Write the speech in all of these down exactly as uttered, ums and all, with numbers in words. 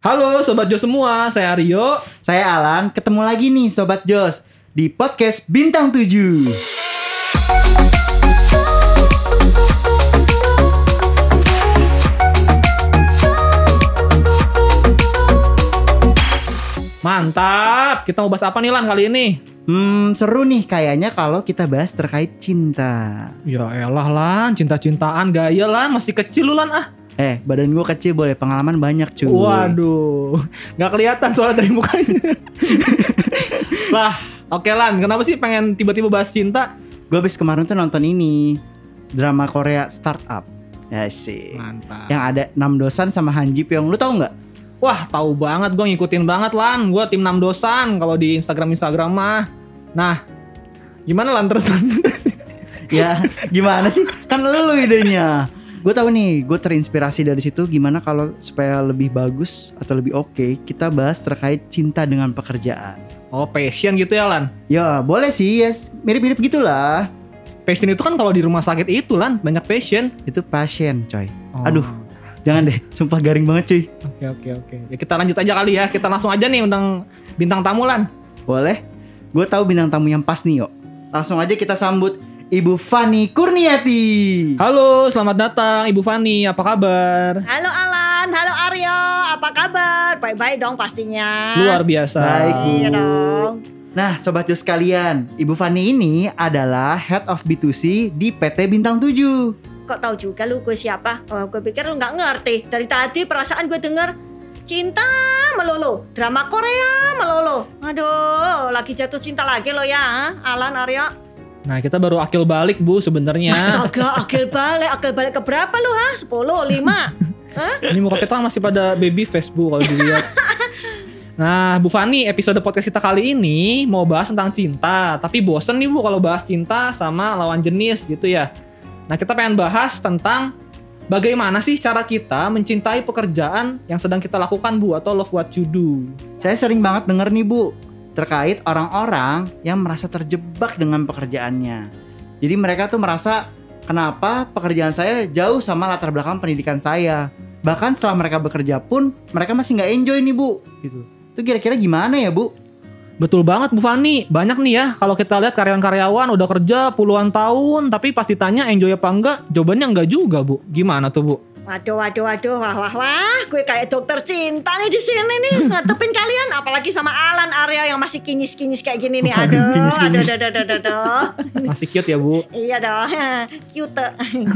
Halo Sobat Jos semua, saya Aryo. Saya Alan, ketemu lagi nih Sobat Jos di podcast Bintang tujuh. Mantap, kita mau bahas apa nih Lan kali ini? Hmm, seru nih kayaknya kalau kita bahas terkait cinta. Ya elah Lan, cinta-cintaan gaya Lan, masih kecil lu Lan ah. Eh, badan gue kecil boleh, pengalaman banyak cuy. Waduh, gak kelihatan soalnya dari mukanya. Lah, oke Lan, kenapa sih pengen tiba-tiba bahas cinta? Gue abis kemarin tuh nonton ini, drama Korea Startup. Ya sih. Mantap. Yang ada Nam Dosan sama Han Ji Pyong, lu tau gak? Wah, tahu banget, gue ngikutin banget Lan. Gue tim Nam Dosan kalau di Instagram-Instagram mah. Nah, gimana Lan terus Lan? Ya, gimana sih? Kan lu idenya. Gue tahu nih, gue terinspirasi dari situ. Gimana kalau supaya lebih bagus atau lebih oke, okay, kita bahas terkait cinta dengan pekerjaan. Oh, passion gitu ya Lan? Ya boleh sih, yes. Mirip-mirip gitulah. Passion itu kan kalau di rumah sakit itu Lan, banyak passion. Itu passion coy. Oh. Aduh, jangan deh, sumpah garing banget cuy. Oke oke oke. Ya kita lanjut aja kali ya. Kita langsung aja nih undang bintang tamu Lan. Boleh. Gue tahu bintang tamu yang pas nih, yuk. Langsung aja kita sambut Ibu Fani Kurniati. Halo, selamat datang Ibu Fani. Apa kabar? Halo Alan, halo Aryo. Apa kabar? Baik-baik dong pastinya. Luar biasa. Baik, Bu. Iya dong. Nah, Sobat Jos sekalian, Ibu Fani ini adalah Head of B to C di P T Bintang tujuh. Kok tahu juga lu gue siapa? Oh, gue pikir lu nggak ngerti. Dari tadi perasaan gue denger cinta melulu, drama Korea melulu. Aduh, lagi jatuh cinta lagi lo ya, Alan, Aryo. Nah, kita baru akil balik Bu sebenarnya. Astaga, akil balik, akil balik ke berapa lu ha? sepuluh, lima? Hah? Ini muka kita masih pada baby face Bu kalau dilihat. Nah, Bu Fani, episode podcast kita kali ini mau bahas tentang cinta. Tapi bosen nih Bu kalau bahas cinta sama lawan jenis gitu ya. Nah, kita pengen bahas tentang bagaimana sih cara kita mencintai pekerjaan yang sedang kita lakukan Bu, atau love what you do. Saya sering banget denger nih Bu, terkait orang-orang yang merasa terjebak dengan pekerjaannya. Jadi mereka tuh merasa, kenapa pekerjaan saya jauh sama latar belakang pendidikan saya. Bahkan setelah mereka bekerja pun, mereka masih gak enjoy nih Bu gitu. Itu kira-kira gimana ya Bu? Betul banget Bu Fani, banyak nih ya kalau kita lihat karyawan-karyawan udah kerja puluhan tahun, tapi pas ditanya enjoy apa enggak, jawabannya enggak juga Bu. Gimana tuh Bu? Waduh, waduh, waduh, wah, wah, wah, gue kayak dokter cinta nih di sini nih, ngetepin kalian, apalagi sama Alan, Arya yang masih kinyis-kinyis kayak gini nih, aduh, Kinyis-kinyis. aduh, aduh, aduh, aduh, Masih cute ya Bu? iya dong, cute.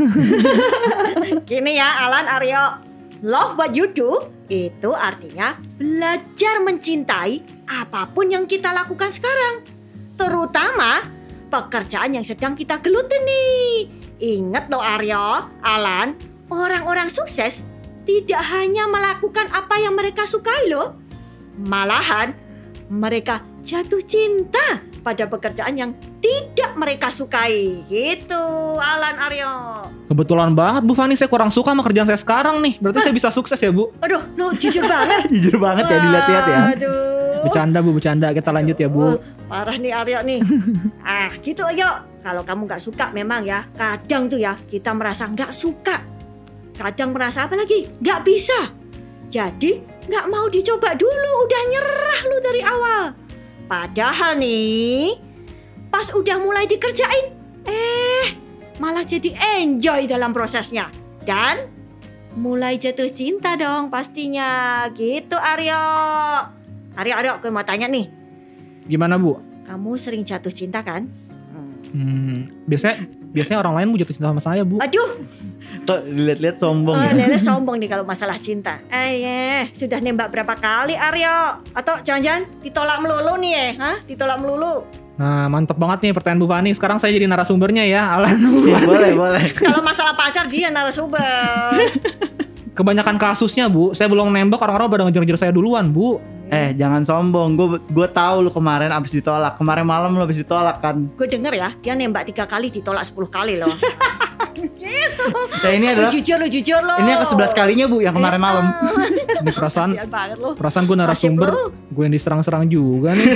Gini ya, Alan, Arya, love what you do itu artinya belajar mencintai apapun yang kita lakukan sekarang, terutama pekerjaan yang sedang kita geluti nih. Ingat loh Arya, Alan, orang-orang sukses tidak hanya melakukan apa yang mereka sukai loh. Malahan mereka jatuh cinta pada pekerjaan yang tidak mereka sukai. Gitu, Alan, Aryo. Kebetulan banget Bu Fani, saya kurang suka sama kerjaan saya sekarang nih. Berarti saya bisa sukses ya Bu? Aduh, no, jujur banget. Jujur banget ya, dilihat-lihat ya. Aduh. Bercanda Bu, bercanda. Kita lanjut ya Bu. Oh, parah nih Aryo nih. Ah, gitu ayo. Kalau kamu gak suka memang ya, kadang tuh ya kita merasa gak suka. Kadang merasa apa lagi? Gak bisa. Jadi gak mau dicoba dulu, udah nyerah lu dari awal. Padahal nih, pas udah mulai dikerjain, eh malah jadi enjoy dalam prosesnya. Dan mulai jatuh cinta dong pastinya. Gitu Aryo. Aryo, Aryo, gue mau tanya nih. Gimana Bu? Kamu sering jatuh cinta kan? Hmm, biasanya biasanya orang lain Bu jatuh cinta sama saya Bu. Aduh, Kok dilihat-lihat sombong oh, ya? Lele sombong nih kalau masalah cinta. Eh, yeah. Sudah nembak berapa kali Aryo? Atau jangan-jangan ditolak melulu nih ya? Hah? Ditolak melulu? Nah, mantep banget nih pertanyaan Bu Fani. Sekarang saya jadi narasumbernya ya, Alan. Ya, boleh, boleh. Kalau masalah pacar dia narasumber. Kebanyakan kasusnya Bu, saya belum nembak, orang-orang pada ngejar-ngejar saya duluan Bu. Eh, jangan sombong. Gue gue tahu lu kemarin abis ditolak. Kemarin malam lu abis ditolak kan. Gue denger ya, dia nembak tiga kali ditolak sepuluh kali loh. Gitu. Ya ini Lu adalah jujur, lu jujur lo. ini yang ke sebelas kalinya Bu yang kemarin malam. Ini perasaan Kasian banget lo. perasaan gue narasumber, gue yang diserang-serang juga nih.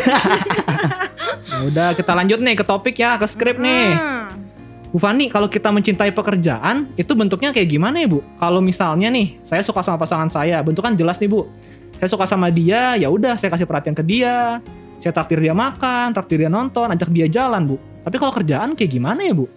Ya udah, kita lanjut nih ke topik ya, ke skrip nih. Hmm. Bu Fani, kalau kita mencintai pekerjaan, itu bentuknya kayak gimana ya Bu? Kalau misalnya nih, saya suka sama pasangan saya, bentuknya jelas nih Bu. Saya suka sama dia, ya udah saya kasih perhatian ke dia. Saya traktir dia makan, traktir dia nonton, ajak dia jalan, Bu. Tapi kalau kerjaan kayak gimana ya, Bu?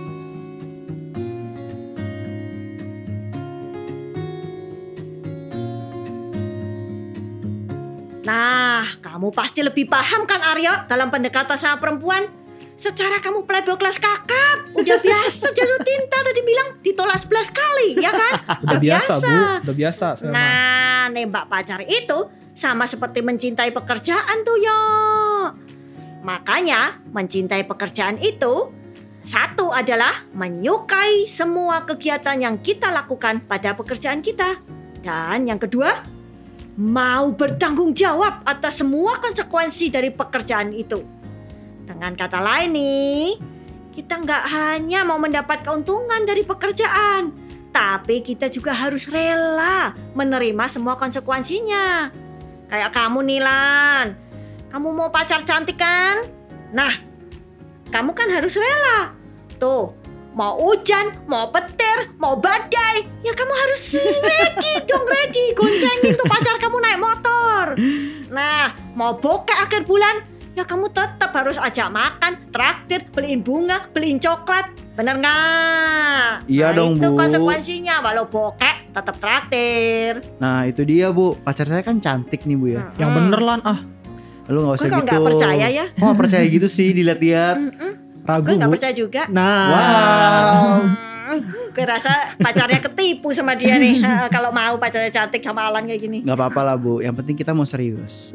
Nah, kamu pasti lebih paham kan Aryo dalam pendekatan sama perempuan? Secara kamu playboy kelas kakap, udah biasa jatuh cinta, tadi bilang ditolak sebelas kali, ya kan? Udah biasa, Bu. Udah biasa. Saya mah. Nah, nembak pacar itu sama seperti mencintai pekerjaan tuh, yo. Makanya, mencintai pekerjaan itu satu adalah menyukai semua kegiatan yang kita lakukan pada pekerjaan kita. Dan yang kedua, mau bertanggung jawab atas semua konsekuensi dari pekerjaan itu. Dengan kata lain nih, kita nggak hanya mau mendapat keuntungan dari pekerjaan, tapi kita juga harus rela menerima semua konsekuensinya. Kayak kamu nih Lan, kamu mau pacar cantik kan? Nah, kamu kan harus rela. Tuh, mau hujan, mau petir, mau badai, ya kamu harus ready dong, ready. Goncengin tuh pacar kamu naik motor. Nah, mau bokeh akhir bulan, ya kamu tetap harus ajak makan, traktir, beliin bunga, beliin coklat. Bener nggak? Iya nah, dong, itu Bu. konsekuensinya, walau bokeh tetap traktir. Nah itu dia, Bu. Pacar saya kan cantik nih, Bu ya. Hmm. Yang bener Lan, ah Lu gak usah Gue kalau gitu. nggak percaya ya. Oh gak percaya gitu sih, dilihat-lihat. ragu, Gue nggak Bu. percaya juga. Nah, Wow. Gue rasa pacarnya ketipu sama dia nih. Kalau mau pacarnya cantik sama Alan kayak gini. Gak apa-apa lah, Bu. Yang penting kita mau serius.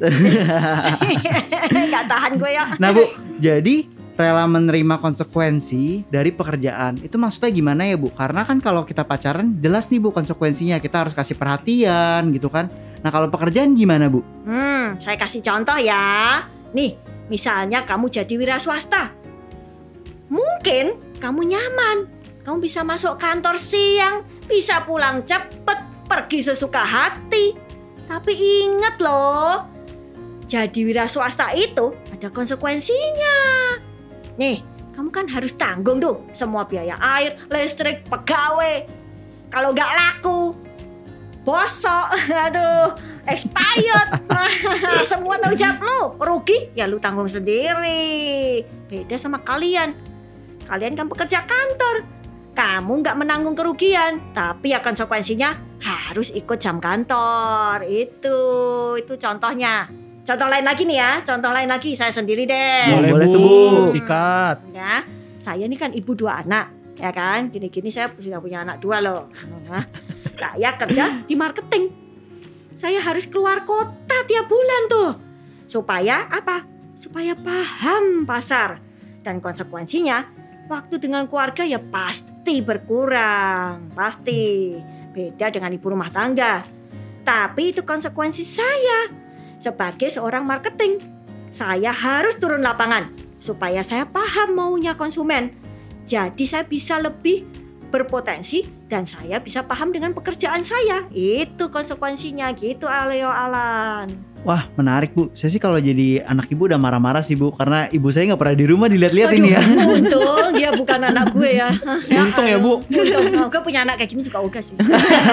Gak tahan gue ya. Nah, Bu, jadi rela menerima konsekuensi dari pekerjaan itu maksudnya gimana ya, Bu? Karena kan kalau kita pacaran jelas nih, Bu, konsekuensinya kita harus kasih perhatian gitu kan. Nah kalau pekerjaan gimana, Bu? Hmm, saya kasih contoh ya. Nih, misalnya kamu jadi wira swasta. Mungkin kamu nyaman. Kamu bisa masuk kantor siang, bisa pulang cepet, pergi sesuka hati. Tapi ingat loh, jadi wira swasta itu ada konsekuensinya. Nih, kamu kan harus tanggung tuh semua biaya air, listrik, pegawai. Kalau nggak laku, bosok, aduh, expired. Semua tanggung jawab lu, rugi ya lu tanggung sendiri. Beda sama kalian. Kalian kan pekerja kantor. Kamu nggak menanggung kerugian, tapi ya konsekuensinya harus ikut jam kantor. Itu, itu contohnya. Contoh lain lagi nih ya, contoh lain lagi saya sendiri deh. Boleh, boleh tuh, Bu. Bu. Sikat. Ya, saya ini kan ibu dua anak, ya kan? Gini-gini saya sudah punya anak dua loh. Nah, saya kerja di marketing. Saya harus keluar kota tiap bulan tuh. Supaya apa? Supaya paham pasar. Dan konsekuensinya, waktu dengan keluarga ya pasti berkurang. Pasti. Beda dengan ibu rumah tangga. Tapi itu konsekuensi saya. Sebagai seorang marketing, saya harus turun lapangan supaya saya paham maunya konsumen. Jadi saya bisa lebih berpotensi dan saya bisa paham dengan pekerjaan saya. Itu konsekuensinya gitu, Aleo Alan. Wah menarik, Bu. Saya sih kalau jadi anak ibu udah marah-marah sih, Bu. Karena ibu saya gak pernah di rumah dilihat-lihat ini ya. Untung dia bukan anak gue ya. Untung ya, Bu. Untung, gue punya anak kayak gini juga oga sih.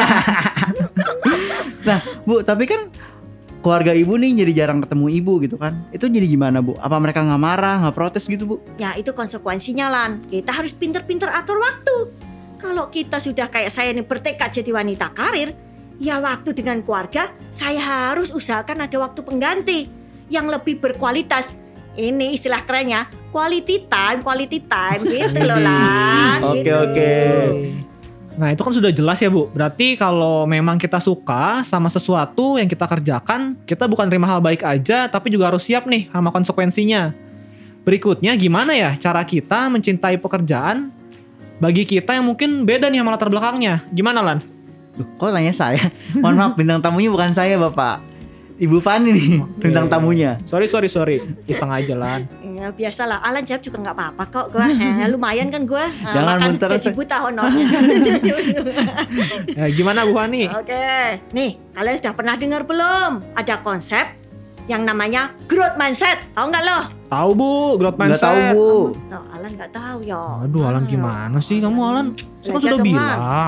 Nah, Bu, tapi kan keluarga ibu nih jadi jarang ketemu ibu gitu kan. Itu jadi gimana, Bu? Apa mereka gak marah, gak protes gitu, Bu? Ya itu konsekuensinya, Lan. Kita harus pinter-pinter atur waktu. Kalau kita sudah kayak saya nih bertekad jadi wanita karir, ya waktu dengan keluarga saya harus usahakan ada waktu pengganti yang lebih berkualitas. Ini istilah kerennya quality time, quality time gitu loh, Lan. Oke, gitu. oke. Nah itu kan sudah jelas ya, Bu. Berarti kalau memang kita suka sama sesuatu yang kita kerjakan, kita bukan terima hal baik aja, tapi juga harus siap nih sama konsekuensinya. Berikutnya gimana ya cara kita mencintai pekerjaan bagi kita yang mungkin beda nih sama latar belakangnya. Gimana, Lan? Loh, kok nanya saya? Mohon maaf, bintang tamunya bukan saya, Bapak. Ibu Fani nih, bintang Iya, iya. tamunya. Sorry, sorry, sorry. Iseng aja, Lan. Ya biasalah, Alan jawab juga nggak apa-apa kok gue. Eh, lumayan kan gue. Eh, Jangan makan muter, gaji saya- buta honornya. Ya, gimana Bu Fani? Oke, nih kalian sudah pernah dengar belum? Ada konsep yang namanya growth mindset. Tahu nggak lo? Tahu Bu, growth Nggak mindset. tahu, Bu. Oh, Alan nggak tahu ya. Aduh, Alan Ayo. gimana sih kamu, Alan? Saya kan Belajar sudah dong, Lan. bilang.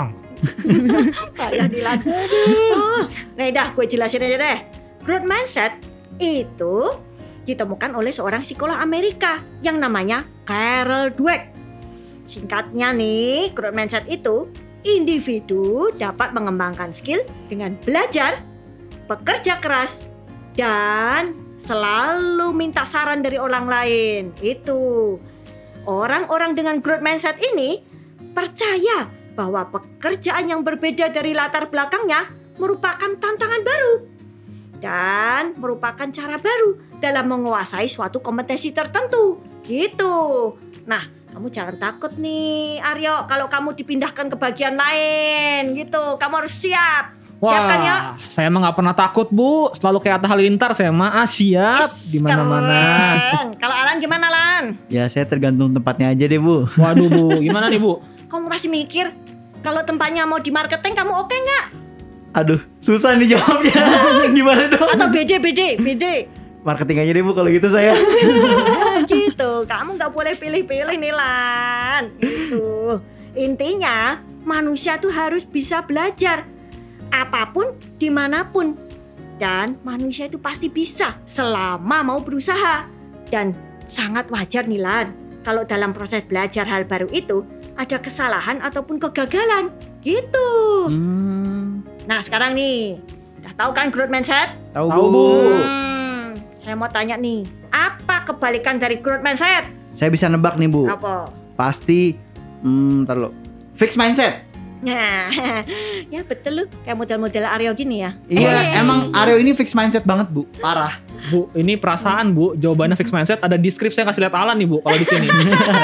Payah Dilan. Oh, nah dah gue jelasin aja deh. Growth mindset itu ditemukan oleh seorang psikolog Amerika yang namanya Carol Dweck. Singkatnya nih, growth mindset itu individu dapat mengembangkan skill dengan belajar, bekerja keras, dan selalu minta saran dari orang lain. Itu. Orang-orang dengan growth mindset ini percaya bahwa pekerjaan yang berbeda dari latar belakangnya merupakan tantangan baru dan merupakan cara baru dalam menguasai suatu kompetensi tertentu. Gitu. Nah, kamu jangan takut nih Aryo kalau kamu dipindahkan ke bagian lain gitu. Kamu harus siap. Wah, siap kan ya? Saya emang gak pernah takut Bu. Selalu kayak Atta Halilintar saya mah ah, siap di mana-mana. Kalau Alan gimana Lan? Ya saya tergantung tempatnya aja deh Bu. Waduh Bu, gimana nih Bu? Kamu masih mikir kalau tempatnya mau di marketing kamu oke nggak? Aduh, susah nih jawabnya. Gimana dong? Atau B D B D B D? Marketing aja deh Bu kalau gitu saya. Gitu, kamu nggak boleh pilih-pilih nih Lan. Gitu. Intinya manusia tuh harus bisa belajar apapun dimanapun, dan manusia itu pasti bisa selama mau berusaha. Dan sangat wajar nih Lan kalau dalam proses belajar hal baru itu ada kesalahan ataupun kegagalan gitu. Hmm, Nah sekarang nih, udah tahu kan growth mindset? tahu Tahu, Bu. Bu. Hmm, saya mau tanya nih, apa kebalikan dari growth mindset? Saya bisa nebak nih Bu. Apa? Pasti hmm, ntar lo. Fixed mindset. Nah, ya betul lu, kayak model-model Aryo gini ya. Iya, Eh. emang Aryo ini fixed mindset banget Bu. Parah. Bu, ini perasaan Bu, jawabannya fixed mindset ada di skrip saya kasih lihat Alan nih Bu kalau di sini.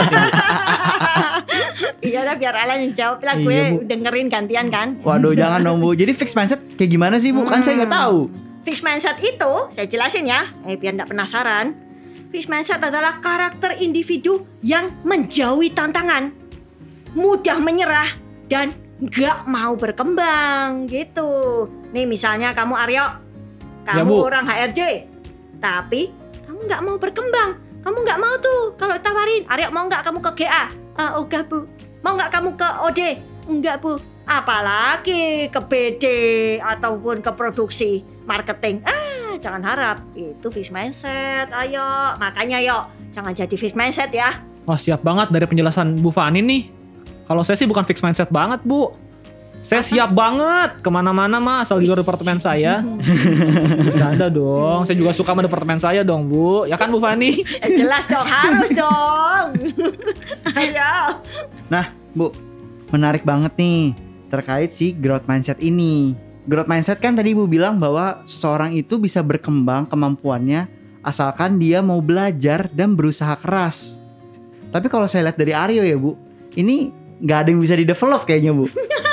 Iya dah biar Alan yang jawab lah, gue Iya, Bu. dengerin gantian kan. Waduh, jangan dong Bu. Jadi fixed mindset kayak gimana sih Bu? Kan saya nggak tahu. Fixed mindset itu, saya jelasin ya, eh biar nggak penasaran. Fixed mindset adalah karakter individu yang menjauhi tantangan, mudah menyerah, dan nggak mau berkembang gitu. Nih misalnya kamu Aryo, Ya, kamu Bu. orang H R D, tapi kamu nggak mau berkembang. Kamu nggak mau tuh kalau tawarin, Aryo mau nggak kamu ke G A? Ah, enggak Bu. Mau nggak kamu ke O D? Enggak Bu. Apalagi ke B D ataupun ke produksi marketing. Ah, jangan harap itu fixed mindset. Ayo, makanya yuk jangan jadi fixed mindset ya. Wah siap banget dari penjelasan Bu Fani nih. Kalau saya sih bukan fixed mindset banget Bu. Saya siap banget kemana-mana mah asal di luar departemen saya. Bercanda dong. Saya juga suka sama departemen saya dong Bu. Ya kan Bu Fani? Eh, jelas dong, harus dong. Ayo. Nah, Bu, menarik banget nih terkait si growth mindset ini. Growth mindset kan tadi Bu bilang bahwa seseorang itu bisa berkembang kemampuannya asalkan dia mau belajar dan berusaha keras. Tapi kalau saya lihat dari Aryo ya Bu, ini nggak ada yang bisa di-develop kayaknya Bu.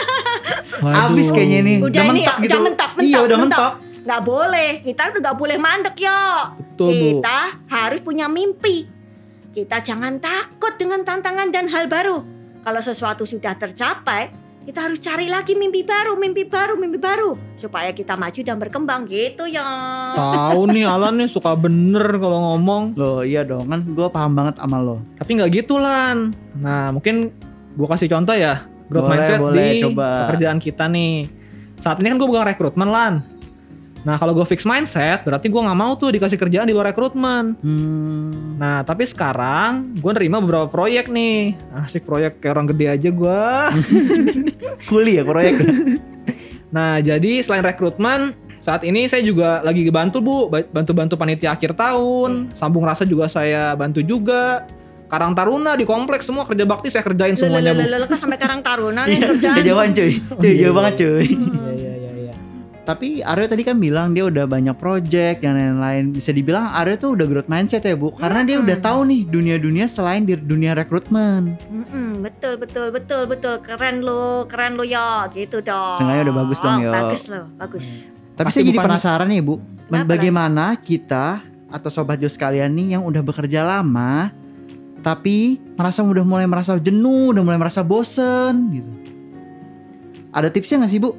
Abis kayaknya nih. Udah ini ya, gitu. udah mentok, mentok, Iya udah mentok. Nggak boleh, kita udah nggak boleh mandek yo. Betul, Bu. Kita harus punya mimpi. Kita jangan takut dengan tantangan dan hal baru. Kalau sesuatu sudah tercapai, kita harus cari lagi mimpi baru, mimpi baru, mimpi baru, supaya kita maju dan berkembang gitu ya. Tahu nih Alan nih suka bener kalau ngomong. Loh iya dong, kan gue paham banget sama lo. Tapi nggak gitu Lan. Nah mungkin gue kasih contoh ya. Growth Boleh, mindset boleh, di coba. pekerjaan kita nih. Saat ini kan gue bukan rekrutmen Lan. Nah kalau gue fix mindset berarti gue nggak mau tuh dikasih kerjaan di luar rekrutmen. Hmm. Nah tapi sekarang gue nerima beberapa proyek nih. Asik proyek kayak orang gede aja gue. Kuli ya proyek. Nah jadi selain rekrutmen, saat ini saya juga lagi bantu Bu, bantu-bantu panitia akhir tahun. Sambung rasa juga saya bantu juga. Karang Taruna di kompleks semua kerja bakti saya kerjain semuanya Bu. Lelelelele, kan sampai Karang Taruna nih kerjaan. Kejauhan cuy. Cuy, jauh banget cuy. Iya iya iya iya. Tapi Aryo tadi kan bilang dia udah banyak project dan lain-lain. Bisa dibilang Aryo tuh udah growth mindset ya Bu. Karena dia udah tahu nih dunia-dunia selain di dunia rekrutmen. Mm-mm, betul betul betul betul, keren lo, keren lo ya, gitu dong. Sengaja udah bagus dong, yo. Bagus lo, bagus. Tapi Pasti saya jadi bukan- penasaran nih Bu. Kenapa, Bagaimana kita atau Sobat Jo sekalian nih yang udah bekerja lama tapi merasa udah mulai merasa jenuh, udah mulai merasa bosen gitu. Ada tipsnya gak sih Bu?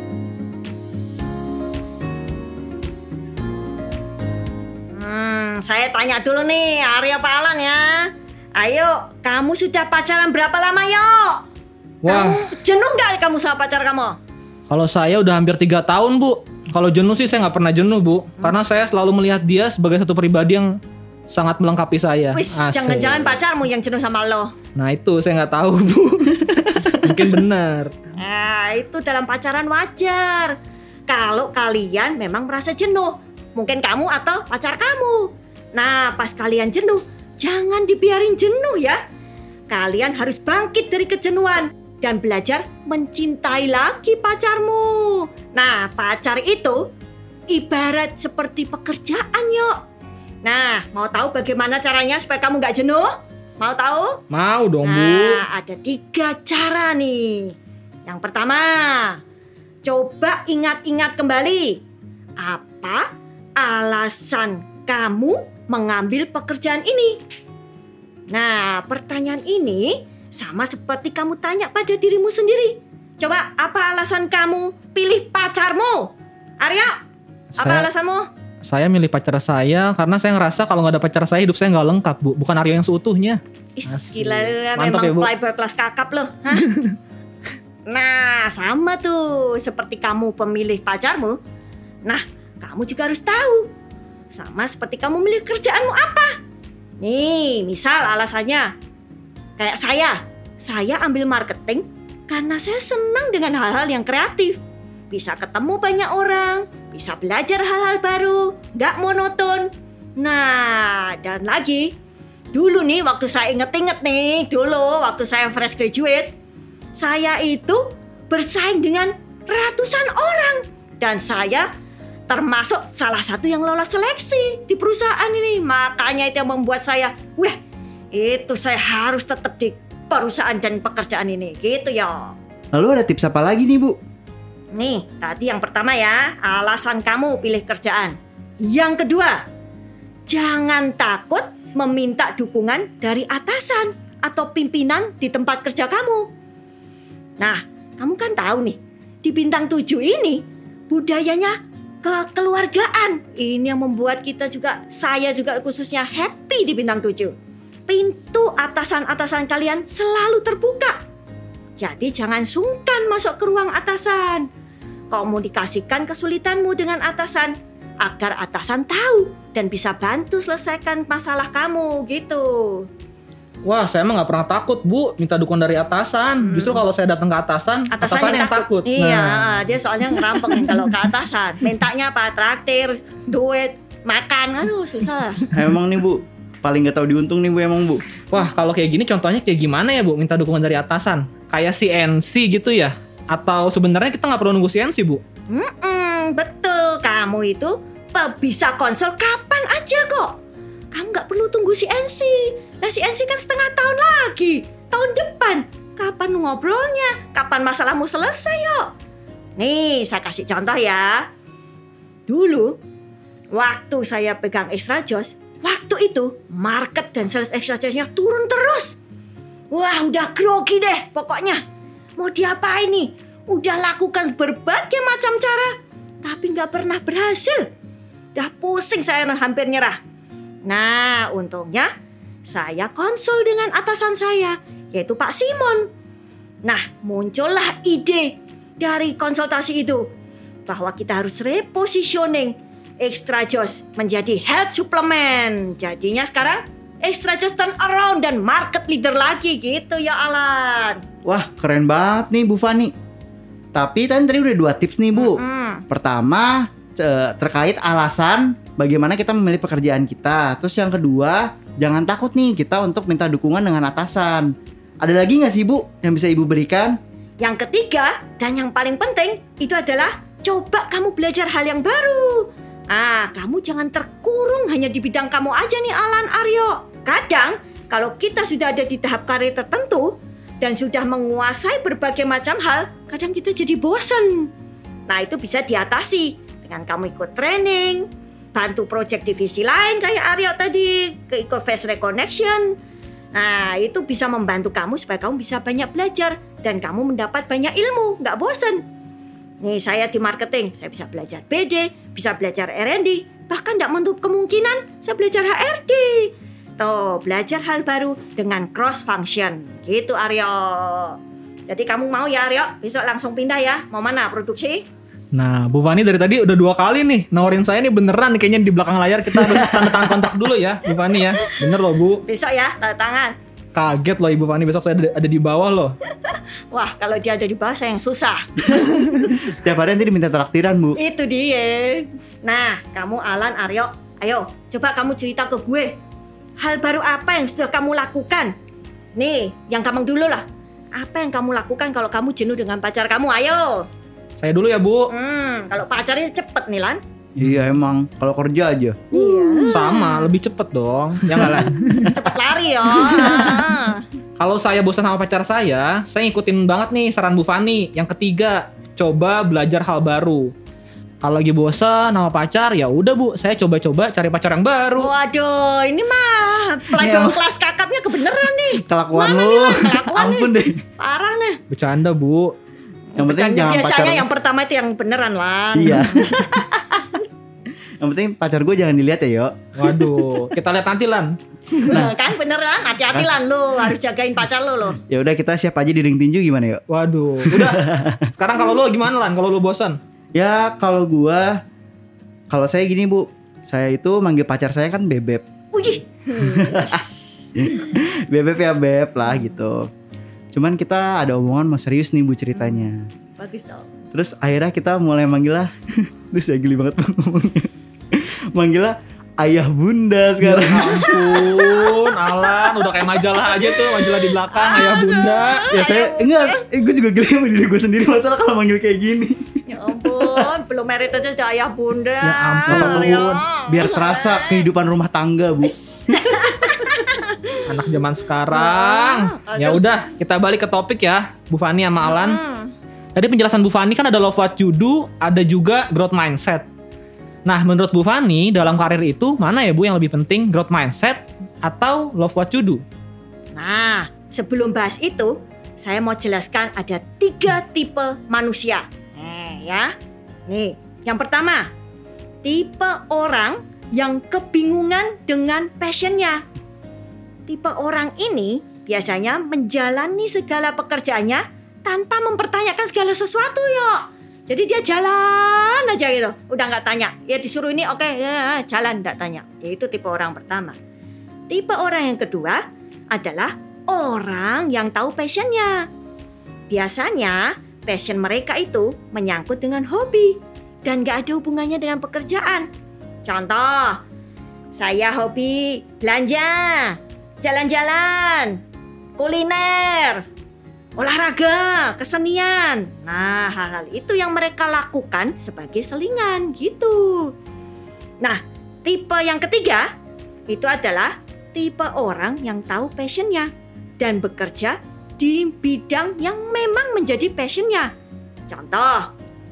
Hmm, saya tanya dulu nih, Aryo Pak Alan ya. Ayo, kamu sudah pacaran berapa lama yo? Wah, Kamu jenuh nggak kamu sama pacar kamu? kalau saya udah hampir tiga tahun bu. Kalau jenuh sih saya nggak pernah jenuh bu, karena saya selalu melihat dia sebagai satu pribadi yang sangat melengkapi saya. Wis, Asik. jangan-jangan pacarmu yang jenuh sama lo. Nah itu saya nggak tahu bu. Mungkin benar. Nah, itu dalam pacaran wajar. Kalau kalian memang merasa jenuh, mungkin kamu atau pacar kamu. Nah, pas kalian jenuh, jangan dibiarin jenuh ya. Kalian harus bangkit dari kejenuhan dan belajar mencintai lagi pacarmu. Nah, pacar itu ibarat seperti pekerjaan yuk. Nah, mau tahu bagaimana caranya supaya kamu gak jenuh? Mau tahu? Mau dong bu. Nah, ada tiga cara nih. Yang pertama, coba ingat-ingat kembali. Apa alasan kamu mengambil pekerjaan ini? Nah, pertanyaan ini sama seperti kamu tanya pada dirimu sendiri. Coba, apa alasan kamu pilih pacarmu? Aryo, apa Saya- alasanmu? Saya milih pacar saya karena saya ngerasa kalau nggak ada pacar saya hidup saya nggak lengkap bu. Bukan Aryo yang seutuhnya. Is, Asli. gila, Mantap memang ya, Bu. playboy kelas kakap loh. Hah? Nah, sama tuh seperti kamu pemilih pacarmu. Nah, kamu juga harus tahu. Sama seperti kamu milih kerjaanmu apa. Nih, misal alasannya. Kayak saya. Saya ambil marketing karena saya senang dengan hal-hal yang kreatif. Bisa ketemu banyak orang, bisa belajar hal-hal baru, nggak monoton. Nah, dan lagi, dulu nih waktu saya inget-inget nih, dulu waktu saya fresh graduate, saya itu bersaing dengan ratusan orang. Dan saya termasuk salah satu yang lolos seleksi di perusahaan ini. Makanya itu yang membuat saya, wah, itu saya harus tetap di perusahaan dan pekerjaan ini, gitu ya. Lalu ada tips apa lagi nih Bu? Nih, tadi yang pertama ya, alasan kamu pilih kerjaan. Yang kedua, jangan takut meminta dukungan dari atasan atau pimpinan di tempat kerja kamu. Nah, kamu kan tahu nih, di bintang tujuh ini budayanya kekeluargaan. Ini yang membuat kita juga, saya juga khususnya happy di bintang tujuh. Pintu atasan-atasan kalian selalu terbuka. Jadi jangan sungkan masuk ke ruang atasan. Komunikasikan kesulitanmu dengan atasan agar atasan tahu dan bisa bantu selesaikan masalah kamu gitu. Wah, saya emang nggak pernah takut bu minta dukungan dari atasan. Justru kalau saya datang ke atasan, atasan, Atasan yang takut. Iya, Nah, dia soalnya ngerampengin kalau ke atasan. Mintanya apa? Traktir, duit, makan. Aduh, susah. Emang nih Bu, paling gak tahu diuntung nih Bu emang Bu. wah kalau kayak gini contohnya kayak gimana ya bu? Minta dukungan dari atasan? Kayak C N C gitu ya? Atau sebenarnya kita nggak perlu nunggu C N C bu? Mm-mm, betul, kamu itu pe- bisa konsul kapan aja kok. Kamu nggak perlu tunggu C N C. Nah C N C kan setengah tahun lagi, tahun depan. Kapan ngobrolnya? Kapan masalahmu selesai yuk? Nih saya kasih contoh ya. Dulu waktu saya pegang Extra Joss, waktu itu market dan sales Extra Joss-nya turun terus. Wah udah grogi deh pokoknya. Mau diapain nih? Udah lakukan berbagai macam cara, tapi nggak pernah berhasil. Udah pusing saya hampir nyerah. Nah untungnya saya konsul dengan atasan saya, yaitu Pak Simon. Nah muncullah ide dari konsultasi itu, bahwa kita harus repositioning Extra Joss menjadi health supplement. Jadinya sekarang Extra Joss turn around dan market leader lagi gitu ya Alan. Wah keren banget nih Bu Fani. Tapi tadi tadi udah dua tips nih Bu. Hmm. Pertama ce- terkait alasan bagaimana kita memilih pekerjaan kita. Terus yang kedua, jangan takut nih kita untuk minta dukungan dengan atasan. Ada lagi nggak sih Bu yang bisa Ibu berikan? Yang ketiga dan yang paling penting itu adalah coba kamu belajar hal yang baru. Ah, kamu jangan terkurung hanya di bidang kamu aja nih Alan, Aryo. Kadang kalau kita sudah ada di tahap karir tertentu dan sudah menguasai berbagai macam hal, kadang kita jadi bosen. Nah itu bisa diatasi dengan kamu ikut training, bantu project divisi lain kayak Aryo tadi, ke ikut face reconnection. Nah itu bisa membantu kamu supaya kamu bisa banyak belajar dan kamu mendapat banyak ilmu, nggak bosen. Nih saya di marketing, saya bisa belajar B D, bisa belajar R and D, bahkan tidak menutup kemungkinan saya belajar H R D. Tuh, belajar hal baru dengan cross function. Gitu Aryo. Jadi kamu mau ya Aryo? Besok langsung pindah ya. Mau mana produksi? Nah, Bu Fani dari tadi udah dua kali nih nawarin saya nih beneran nih, kayaknya di belakang layar kita harus tanda tangan kontrak dulu ya, Bu Fani ya. Bener loh Bu. Besok ya tanda tangan. Kaget loh Ibu Fani, besok saya ada, ada di bawah loh. Wah, kalau dia ada di bawah saya yang susah. Tiap hari nanti diminta traktiran, Bu. Itu dia. Nah, kamu Alan, Aryo, ayo coba kamu cerita ke gue. Hal baru apa yang sudah kamu lakukan? Nih, yang gampang dulu lah. Apa yang kamu lakukan kalau kamu jenuh dengan pacar kamu? Ayo. Saya dulu ya Bu. Hmm, kalau pacarnya cepet nih Lan. Iya emang, kalau kerja aja. Iya. Sama, lebih cepet dong. Ya nggak lah. Cepet lari ya. Kalau saya bosan sama pacar saya, saya ngikutin banget nih saran Bu Fani. Yang ketiga, coba belajar hal baru. Kalau lagi bosan sama pacar, ya udah Bu, saya coba-coba cari pacar yang baru. Waduh, ini mah pelajaran kelas kakapnya kebeneran nih. Kelakuan Mana lu. nih, Lan? Kelakuan Ampun nih. deh. Parah nih. Bercanda Bu. Yang penting Bercanda jangan biasanya pacar. yang pertama itu yang beneran Lan. Iya. Yang penting pacar gue jangan dilihat ya, Yo. Waduh, kita lihat nanti Lan. Nah, kan beneran, hati-hati Lan lu, harus jagain pacar lu loh. Ya udah kita siap aja di ring tinju gimana, Yo? Waduh, udah. Sekarang kalau lu gimana Lan? Kalau lu bosan? Ya kalau gua, kalau saya gini Bu, saya itu manggil pacar saya kan Bebep. Wih. Bebep ya Beb lah gitu. Cuman kita ada omongan mau serius nih Bu ceritanya. Bagus dong. Terus akhirnya kita mulai manggil lah. Terus saya geli banget ngomongnya. Manggil lah ayah bunda sekarang. Ya ampun, Alan udah kayak majalah aja tuh, majalah di belakang ayah bunda. Ya saya enggak, eh, gue juga geli sama diri gue sendiri masalah kalau manggil kayak gini. Ya ampun, belum merit aja udah ayah bunda. Ya ampun. Ya. Biar terasa kehidupan rumah tangga Bu. Anak zaman sekarang. Ah, Ya aduh. udah, kita balik ke topik ya, Bu Fani sama Alan. Hmm. Tadi penjelasan Bu Fani kan ada love what you do, ada juga growth mindset. Nah, menurut Bu Fani dalam karir itu mana ya Bu yang lebih penting, growth mindset atau love what you do? Nah, sebelum bahas itu, saya mau jelaskan ada tiga tipe manusia. Nih ya, nih yang pertama, tipe orang yang kebingungan dengan passionnya. Tipe orang ini biasanya menjalani segala pekerjaannya tanpa mempertanyakan segala sesuatu yo. Jadi dia jalan aja gitu, udah nggak tanya. Ya disuruh ini oke, ya, jalan nggak tanya. Itu tipe orang pertama. Tipe orang yang kedua adalah orang yang tahu passionnya. Biasanya passion mereka itu menyangkut dengan hobi dan nggak ada hubungannya dengan pekerjaan. Contoh, saya hobi belanja, jalan-jalan, kuliner, olahraga, kesenian. Nah, hal-hal itu yang mereka lakukan sebagai selingan gitu. Nah, tipe yang ketiga itu adalah tipe orang yang tahu passionnya dan bekerja di bidang yang memang menjadi passionnya. Contoh,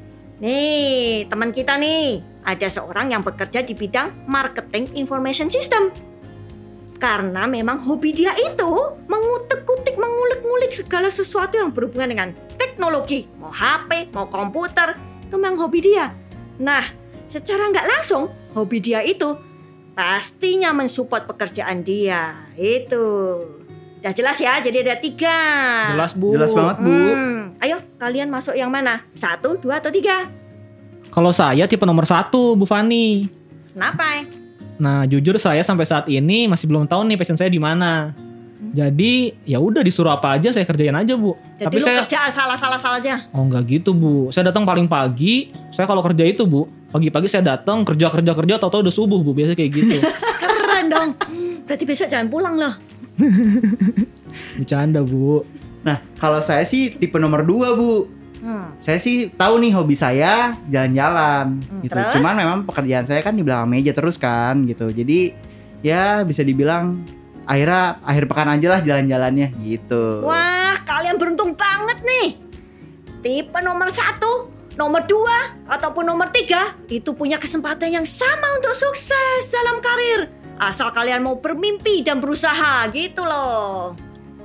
nih teman kita nih, ada seorang yang bekerja di bidang marketing information system. Karena memang hobi dia itu mengutik-utik, mengulik-ngulik segala sesuatu yang berhubungan dengan teknologi. Mau H P, mau komputer, itu memang hobi dia. Nah, secara nggak langsung, hobi dia itu pastinya mensupport pekerjaan dia. Itu. Udah jelas ya, jadi ada tiga. Jelas Bu. Jelas banget Bu. Hmm, ayo, kalian masuk yang mana? Satu, dua, atau tiga? Kalau saya tipe nomor satu Bu Fani. Kenapa? Nah, jujur saya sampai saat ini masih belum tahu nih passion saya di mana. Jadi ya udah disuruh apa aja saya kerjain aja Bu. Jadi Tapi lu saya kerja salah-salah-salah aja. oh enggak gitu Bu. Saya datang paling pagi. Saya kalau kerja itu Bu, pagi-pagi saya datang kerja kerja kerja, tahu-tahu udah subuh Bu. Biasa kayak gitu. Keren dong. Berarti besok jangan pulang loh. Bercanda Bu. Nah kalau saya sih tipe nomor dua Bu. Hmm. Saya sih tahu nih hobi saya jalan-jalan Hmm, gitu. terus? Cuman memang pekerjaan saya kan di belakang meja terus kan gitu. Jadi ya bisa dibilang akhirnya akhir pekan aja lah jalan-jalannya gitu. Wah, kalian beruntung banget nih. Tipe nomor satu, nomor dua, ataupun nomor tiga itu punya kesempatan yang sama untuk sukses dalam karir. Asal kalian mau bermimpi dan berusaha gitu loh.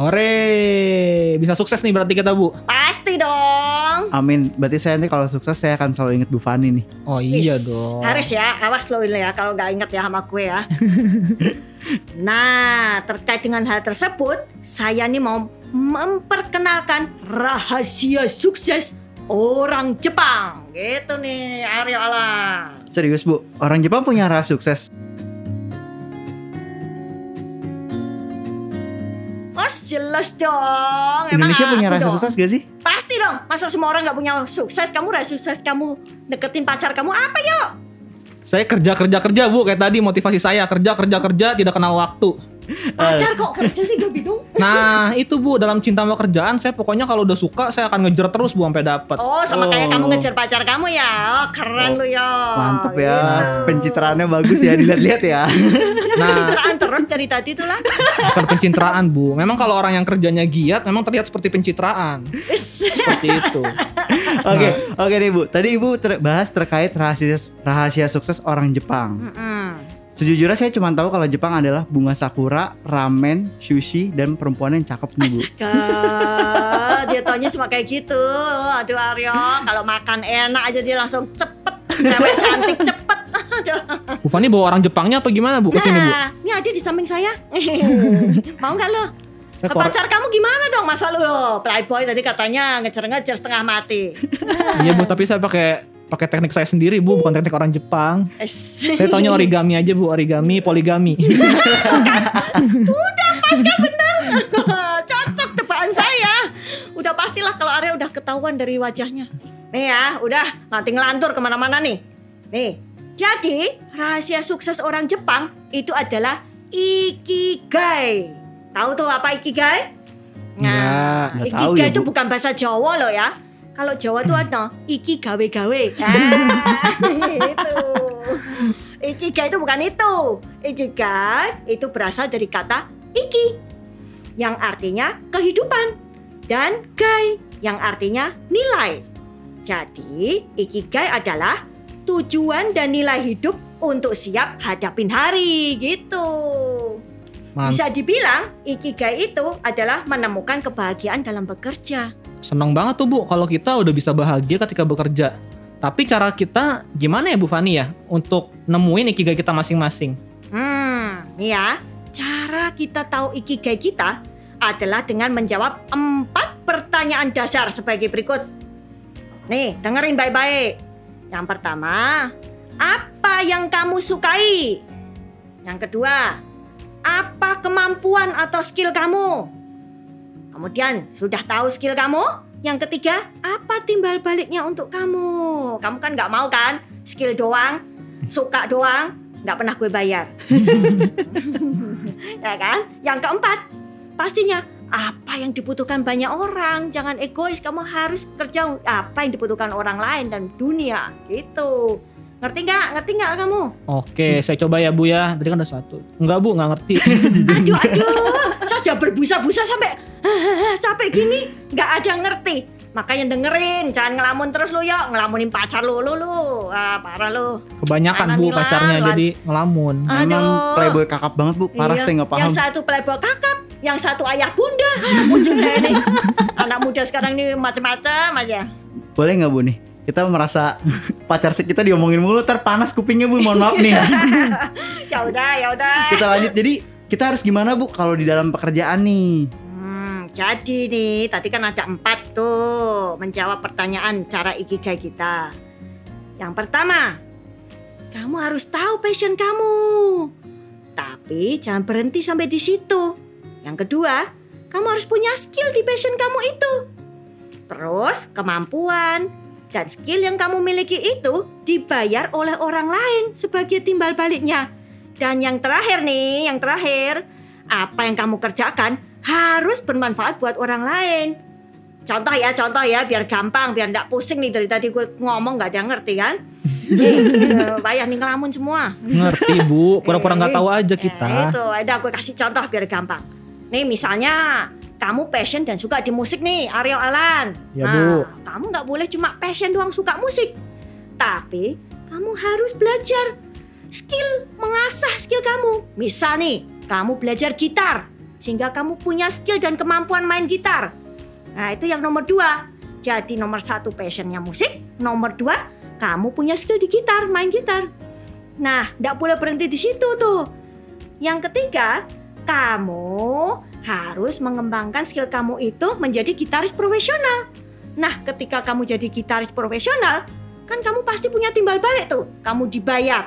Hore, bisa sukses nih berarti kita Bu. Pasti dong. Amin. Berarti saya nanti kalau sukses saya akan selalu inget Bu Fani nih. Oh iya Wis, dong. Harus ya, awas lo ini ya kalau nggak inget ya sama gue ya. Nah, terkait dengan hal tersebut, saya nih mau memperkenalkan rahasia sukses orang Jepang. Gitu nih, Aryo Alan. Serius Bu, orang Jepang punya rahasia sukses? Mas jelas dong. Emang Indonesia punya aku rahasia dong. sukses gak sih? Pasti dong. Masa semua orang gak punya sukses? Kamu rahasia sukses kamu deketin pacar kamu apa yuk? Saya kerja kerja kerja Bu, kayak tadi motivasi saya kerja kerja kerja tidak kenal waktu. Pacar kok kerja sih, gue bingung. Nah itu Bu, dalam cinta sama kerjaan saya pokoknya kalau udah suka saya akan ngejar terus Bu sampai dapat. Oh, sama kayak Oh. kamu ngejar pacar kamu ya. Oh, keren lu ya. Mantep ya, Gitu. pencitraannya bagus ya, dilihat-lihat ya. Nah, pencitraan terus dari tadi tuh lah. Bukan pencitraan Bu, memang kalau orang yang kerjanya giat memang terlihat seperti pencitraan. Is. Seperti itu. Oke, oke deh Bu. Tadi Ibu ter- bahas terkait rahasia rahasia sukses orang Jepang. Mm-mm. Sejujurnya saya cuma tahu kalau Jepang adalah bunga sakura, ramen, sushi, dan perempuan yang cakep nih Bu. Astaga, dia taunya cuma kayak gitu. Aduh Aryo, kalau makan enak aja dia langsung cepet. Cewek cantik cepet. Aduh. Bu Fani bawa orang Jepangnya apa gimana Bu kesini Bu? Nah, ini ada di samping saya. Mau nggak lo? Saya kor- Pacar kamu gimana dong? Masa lu lo playboy tadi katanya ngejar-ngejar setengah mati. Iya Bu, tapi saya pakai pakai teknik saya sendiri Bu, bukan teknik orang Jepang. Es. Saya taunya origami aja Bu, origami, poligami. Udah pas kan bener. Cocok tebakan saya. Udah pastilah kalau Arya udah ketahuan dari wajahnya. Nih ya, udah nanti ngelantur kemana-mana nih. Nih, jadi rahasia sukses orang Jepang itu adalah ikigai. Tahu tuh apa ikigai? Nggak, nggak tahu ikigai ya, itu Bu. bukan bahasa Jawa loh ya. Kalau Jawa tuh ada iki gawe-gawe. Ah, itu. Ikigai itu bukan itu. Ikigai itu berasal dari kata iki yang artinya kehidupan dan gai yang artinya nilai. Jadi, ikigai adalah tujuan dan nilai hidup untuk siap hadapin hari gitu. Mantap. Bisa dibilang ikigai itu adalah menemukan kebahagiaan dalam bekerja. Seneng banget tuh Bu kalau kita udah bisa bahagia ketika bekerja. Tapi cara kita gimana ya Bu Fani ya untuk nemuin ikigai kita masing-masing? Hmm, nih ya, cara kita tahu ikigai kita adalah dengan menjawab empat pertanyaan dasar sebagai berikut. Nih, dengerin baik-baik. Yang pertama, apa yang kamu sukai? Yang kedua, apa kemampuan atau skill kamu? Kemudian, sudah tahu skill kamu? Yang ketiga, apa timbal baliknya untuk kamu? Kamu kan nggak mau kan? Skill doang, suka doang, nggak pernah gue bayar. Ya kan? Yang keempat, pastinya apa yang dibutuhkan banyak orang. Jangan egois, kamu harus kerja apa yang dibutuhkan orang lain dan dunia gitu. Ngerti nggak? Ngerti nggak kamu? Oke, saya coba ya Bu ya. Tadi kan ada satu. Enggak Bu, nggak ngerti. Aduh, aduh, saya sudah berbusa-busa sampai capek gini, nggak ada yang ngerti. Makanya dengerin, jangan ngelamun terus lu yuk, ngelamunin pacar lu, lu, lu. Ah, parah lu. Kebanyakan Bu Ananilah, pacarnya lan- jadi ngelamun. Memang Aduh. playboy kakap banget Bu, parah Iya. saya nggak paham. Yang satu playboy kakap, yang satu ayah bunda. Ah, pusing saya nih. Anak muda sekarang nih macam-macam aja. Boleh nggak Bu nih? Kita merasa pacar kita diomongin mulu, terpanas kupingnya Bu, mohon maaf nih. Ya udah, ya udah. Kita lanjut, jadi kita harus gimana Bu kalau di dalam pekerjaan nih? Hmm, jadi nih, tadi kan ada empat tuh menjawab pertanyaan cara ikigai kita. Yang pertama, kamu harus tahu passion kamu. Tapi jangan berhenti sampai di situ. Yang kedua, kamu harus punya skill di passion kamu itu. Terus, kemampuan dan skill yang kamu miliki itu dibayar oleh orang lain sebagai timbal baliknya. Dan yang terakhir nih, yang terakhir, apa yang kamu kerjakan harus bermanfaat buat orang lain. Contoh ya, contoh ya, biar gampang, biar nggak pusing nih dari tadi gue ngomong nggak ada yang ngerti kan? Nih, eh, bayar nih ngelamun semua. Ngerti Bu, pura-pura nggak tahu aja Eh, kita. itu, ada gue kasih contoh biar gampang. Nih misalnya, kamu passion dan suka di musik nih, Aryo Alan. Ya, nah, Bu. kamu nggak boleh cuma passion doang suka musik, tapi kamu harus belajar skill, mengasah skill kamu. Misal nih, kamu belajar gitar, sehingga kamu punya skill dan kemampuan main gitar. Nah, itu yang nomor dua. Jadi nomor satu passionnya musik, nomor dua kamu punya skill di gitar, main gitar. Nah, nggak boleh berhenti di situ tuh. Yang ketiga, kamu harus mengembangkan skill kamu itu menjadi gitaris profesional. Nah, ketika kamu jadi gitaris profesional, kan kamu pasti punya timbal balik tuh, kamu dibayar.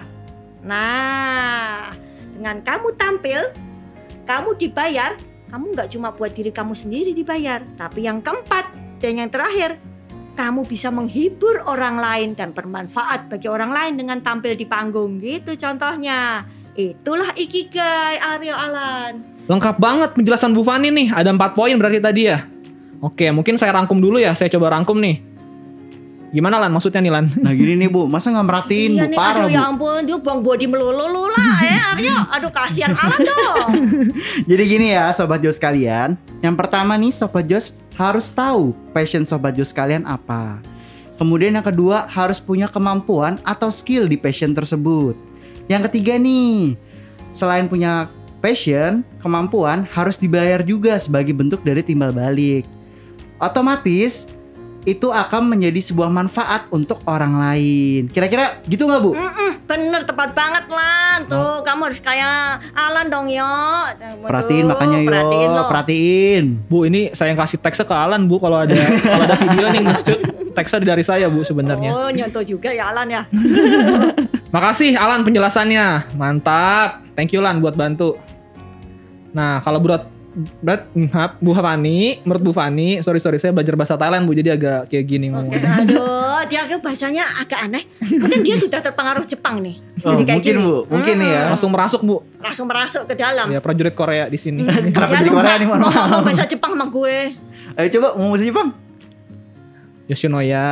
Nah, dengan kamu tampil, kamu dibayar, kamu nggak cuma buat diri kamu sendiri dibayar, tapi yang keempat dan yang terakhir, kamu bisa menghibur orang lain dan bermanfaat bagi orang lain dengan tampil di panggung gitu contohnya. Itulah Ikigai, Aryo Alan. Lengkap banget penjelasan Bu Fani nih. Ada empat poin berarti tadi ya. Oke, mungkin saya rangkum dulu ya. Saya coba rangkum nih. Gimana Lan? Maksudnya nih Lan? Nah gini nih Bu, masa nggak merhatiin Iya Bu? nih, Parah aduh Bu. ya ampun, dia buang body melulu lah ya Aryo. Aduh kasihan Alan dong. Jadi gini ya Sobat Jos kalian. Yang pertama nih Sobat Jos harus tahu passion Sobat Jos kalian apa. Kemudian yang kedua harus punya kemampuan atau skill di passion tersebut. Yang ketiga nih, selain punya passion, kemampuan harus dibayar juga sebagai bentuk dari timbal balik. Otomatis itu akan menjadi sebuah manfaat untuk orang lain. Kira-kira gitu nggak Bu? Mm-mm, bener, tepat banget Lan. Tuh, kamu harus kayak Alan dong yo. Perhatiin Tuh, makanya yo, perhatiin lo. perhatiin. Bu, ini saya yang kasih teksnya ke Alan Bu. Kalau ada kalau ada video nih, mesti teksnya dari saya Bu sebenarnya. Oh, nyontoh juga ya Alan ya. Makasih Alan penjelasannya. Mantap. Thank you Lan buat bantu. Nah, kalau buat berat Bu Fani, menurut Bu Fani, sorry sorry saya belajar bahasa Thailand Bu, jadi agak kayak gini Oke, ngomongnya. aduh, dia ke bahasanya agak aneh. Mungkin dia sudah terpengaruh Jepang nih. Oh, Jadi kayak mungkin gini. Bu, mungkin nih ya. Langsung merasuk Bu. Langsung merasuk ke dalam. Ya prajurit Korea di sini. Kenapa Ya, jadi lu Korea nggak nih, mohon ngomong maaf. bahasa Jepang sama gue. Ayo coba ngomong bahasa Jepang. Yoshinoya.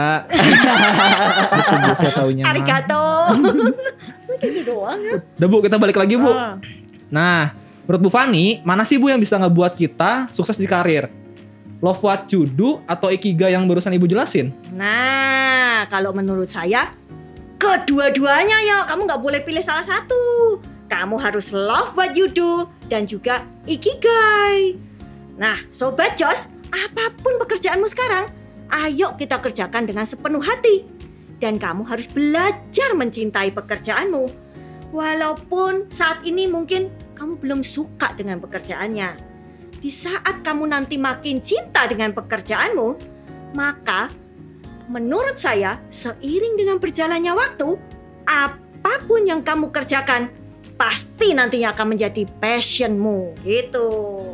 Itu Bu saya taunya. mah. Arigato. Gitu doang ya. Udah Bu, kita balik lagi Bu. Ah. Nah, menurut Bu Fani, mana sih Bu yang bisa ngebuat kita sukses di karir? Love what you do atau Ikigai yang barusan Ibu jelasin? Nah, kalau menurut saya, kedua-duanya ya. Kamu nggak boleh pilih salah satu. Kamu harus love what you do dan juga Ikigai. Nah, Sobat Jos, apapun pekerjaanmu sekarang, ayo kita kerjakan dengan sepenuh hati. Dan kamu harus belajar mencintai pekerjaanmu. Walaupun saat ini mungkin kamu belum suka dengan pekerjaannya. Di saat kamu nanti makin cinta dengan pekerjaanmu, maka menurut saya seiring dengan berjalannya waktu, apapun yang kamu kerjakan pasti nantinya akan menjadi passionmu gitu.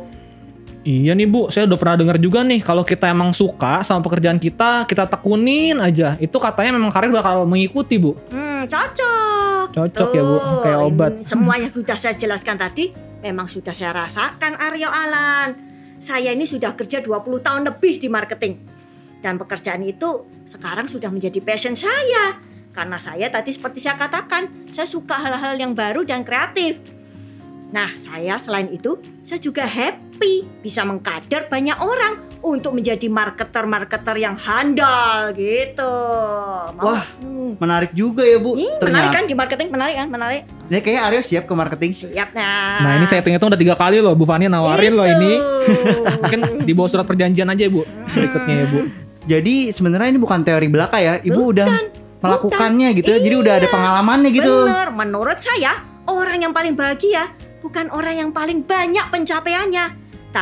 Iya nih Bu, saya udah pernah dengar juga nih, kalau kita emang suka sama pekerjaan kita, kita tekunin aja, itu katanya memang karir bakal mengikuti Bu. Hmm, cocok. Cocok ya Bu, kayak obat. Ini semuanya sudah saya jelaskan tadi, memang sudah saya rasakan Aryo Alan. Saya ini sudah kerja dua puluh tahun lebih di marketing. Dan pekerjaan itu sekarang sudah menjadi passion saya. Karena saya tadi seperti saya katakan, saya suka hal-hal yang baru dan kreatif. Nah, saya selain itu, saya juga happy bisa mengkader banyak orang untuk menjadi marketer-marketer yang handal gitu. Mau? Wah, Hmm. menarik juga ya Bu. Ih, menarik kan di marketing, menarik kan, menarik. Ini kayaknya Aryo siap ke marketing. Siap nah. Nah ini saya hitung-hitung udah tiga kali loh Bu Fani nawarin loh ini. Itu. Mungkin di bawah surat perjanjian aja ya Bu, berikutnya ya Bu. Jadi sebenarnya ini bukan teori belaka ya. Ibu Bukan, udah melakukannya gitu ya. Jadi Iya. udah ada pengalamannya gitu. Bener, menurut saya orang yang paling bahagia bukan orang yang paling banyak pencapaiannya,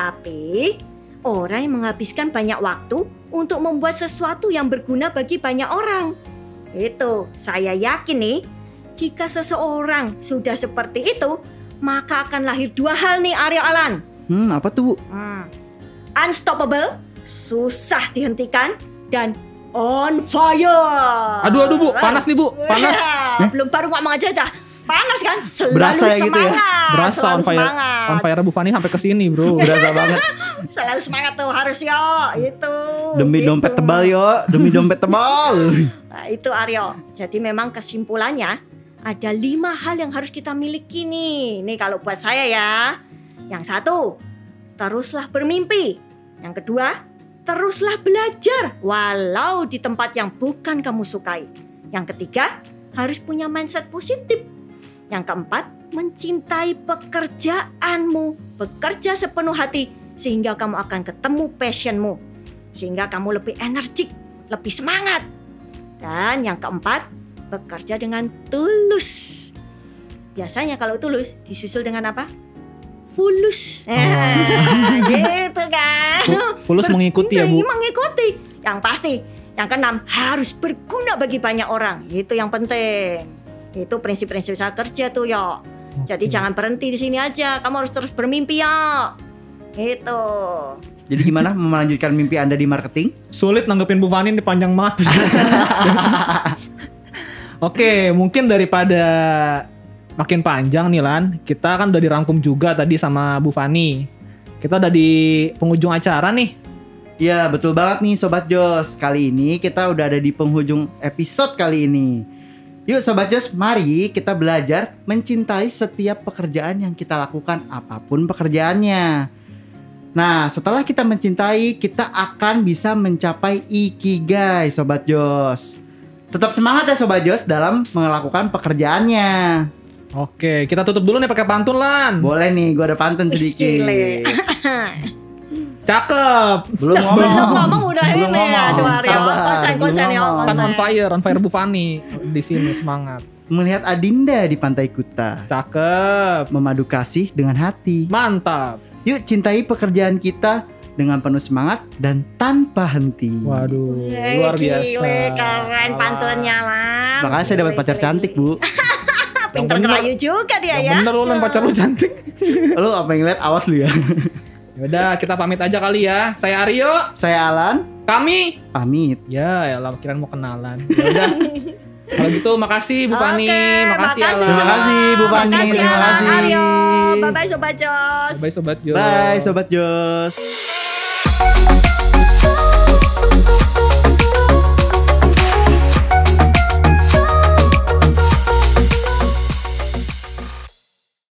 tapi orang yang menghabiskan banyak waktu untuk membuat sesuatu yang berguna bagi banyak orang. Itu, saya yakin nih, jika seseorang sudah seperti itu, maka akan lahir dua hal nih Aryo Alan. Hmm, apa tuh Bu? Hmm. Unstoppable, susah dihentikan, dan on fire. Aduh aduh Bu, panas nih Bu, panas. Ya, belum baru ngomong aja dah. Panas kan? Selalu Berasa ya gitu ya? semangat. Berasa Selalu on fire, semangat. on fire Bu Fani sampai ke sini Bro. Berasa banget. Selalu semangat tuh harus yo. Itu. Demi gitu. dompet tebal yo, demi dompet tebal. Nah, itu Aryo. Jadi memang kesimpulannya ada lima hal yang harus kita miliki nih. Nih kalau buat saya ya. Yang satu, teruslah bermimpi. Yang kedua, teruslah belajar walau di tempat yang bukan kamu sukai. Yang ketiga, harus punya mindset positif. Yang keempat, mencintai pekerjaanmu, bekerja sepenuh hati sehingga kamu akan ketemu passionmu, sehingga kamu lebih energik, lebih semangat. Dan yang keempat, bekerja dengan tulus. biasanya kalau tulus disusul dengan apa? Fulus. Nah, gitu kan. Fulus mengikuti ya, Bu. Mengikuti. Yang pasti. Yang keenam, harus berguna bagi banyak orang. Itu yang penting. Itu prinsip-prinsip usaha kerja tuh, yo. Jadi jangan berhenti di sini aja. Kamu harus terus bermimpi, yo. Gitu. Jadi gimana melanjutkan mimpi Anda di marketing? Sulit nanggepin Bu Fani, ini panjang banget. Oke, mungkin daripada makin panjang nih Lan, kita kan udah dirangkum juga tadi sama Bu Fani. Kita udah di penghujung acara nih. Ya betul banget nih Sobat Jos. Kali ini kita udah ada di penghujung episode kali ini. Yuk Sobat Jos, mari kita belajar mencintai setiap pekerjaan yang kita lakukan, apapun pekerjaannya. Nah, setelah kita mencintai, kita akan bisa mencapai ikigai, Sobat Jos. Tetap semangat ya Sobat Jos dalam melakukan pekerjaannya. Oke, kita tutup dulu nih pakai pantun Lan. Boleh nih, gue ada pantun sedikit. Cakep. Belum ngomong. Belum ngomong udah Belum ini. ngomong. Aduh, Aryo. Sabar, Konsen-konsen belum ya. ngomong. Kan on fire, on fire Bu Fani di sini, semangat. Melihat Adinda di Pantai Kuta, Cakep. memadu kasih dengan hati. Mantap. Yuk cintai pekerjaan kita dengan penuh semangat dan tanpa henti. Waduh, Yeay, luar biasa. Gile, keren pantunnya lah. Makanya saya dapat pacar cantik, Bu. Pinter bener. ngerayu juga dia ya. Yang bener lu Lan, pacar lu cantik. Lu apa yang lihat, awas lu ya. Yaudah, kita pamit aja kali ya. Saya Aryo. Saya Alan, Kami. pamit. Ya, ya lah, kirain mau kenalan. Yaudah. Kalau gitu, makasih Bu Fani. Oke, Makasih makasih Alan. Terima kasih, Bu Fani. Makasih Terima Alan, kasih. Aryo. Bye bye Sobat Jos. Bye Sobat Jo. Bye Sobat Jos.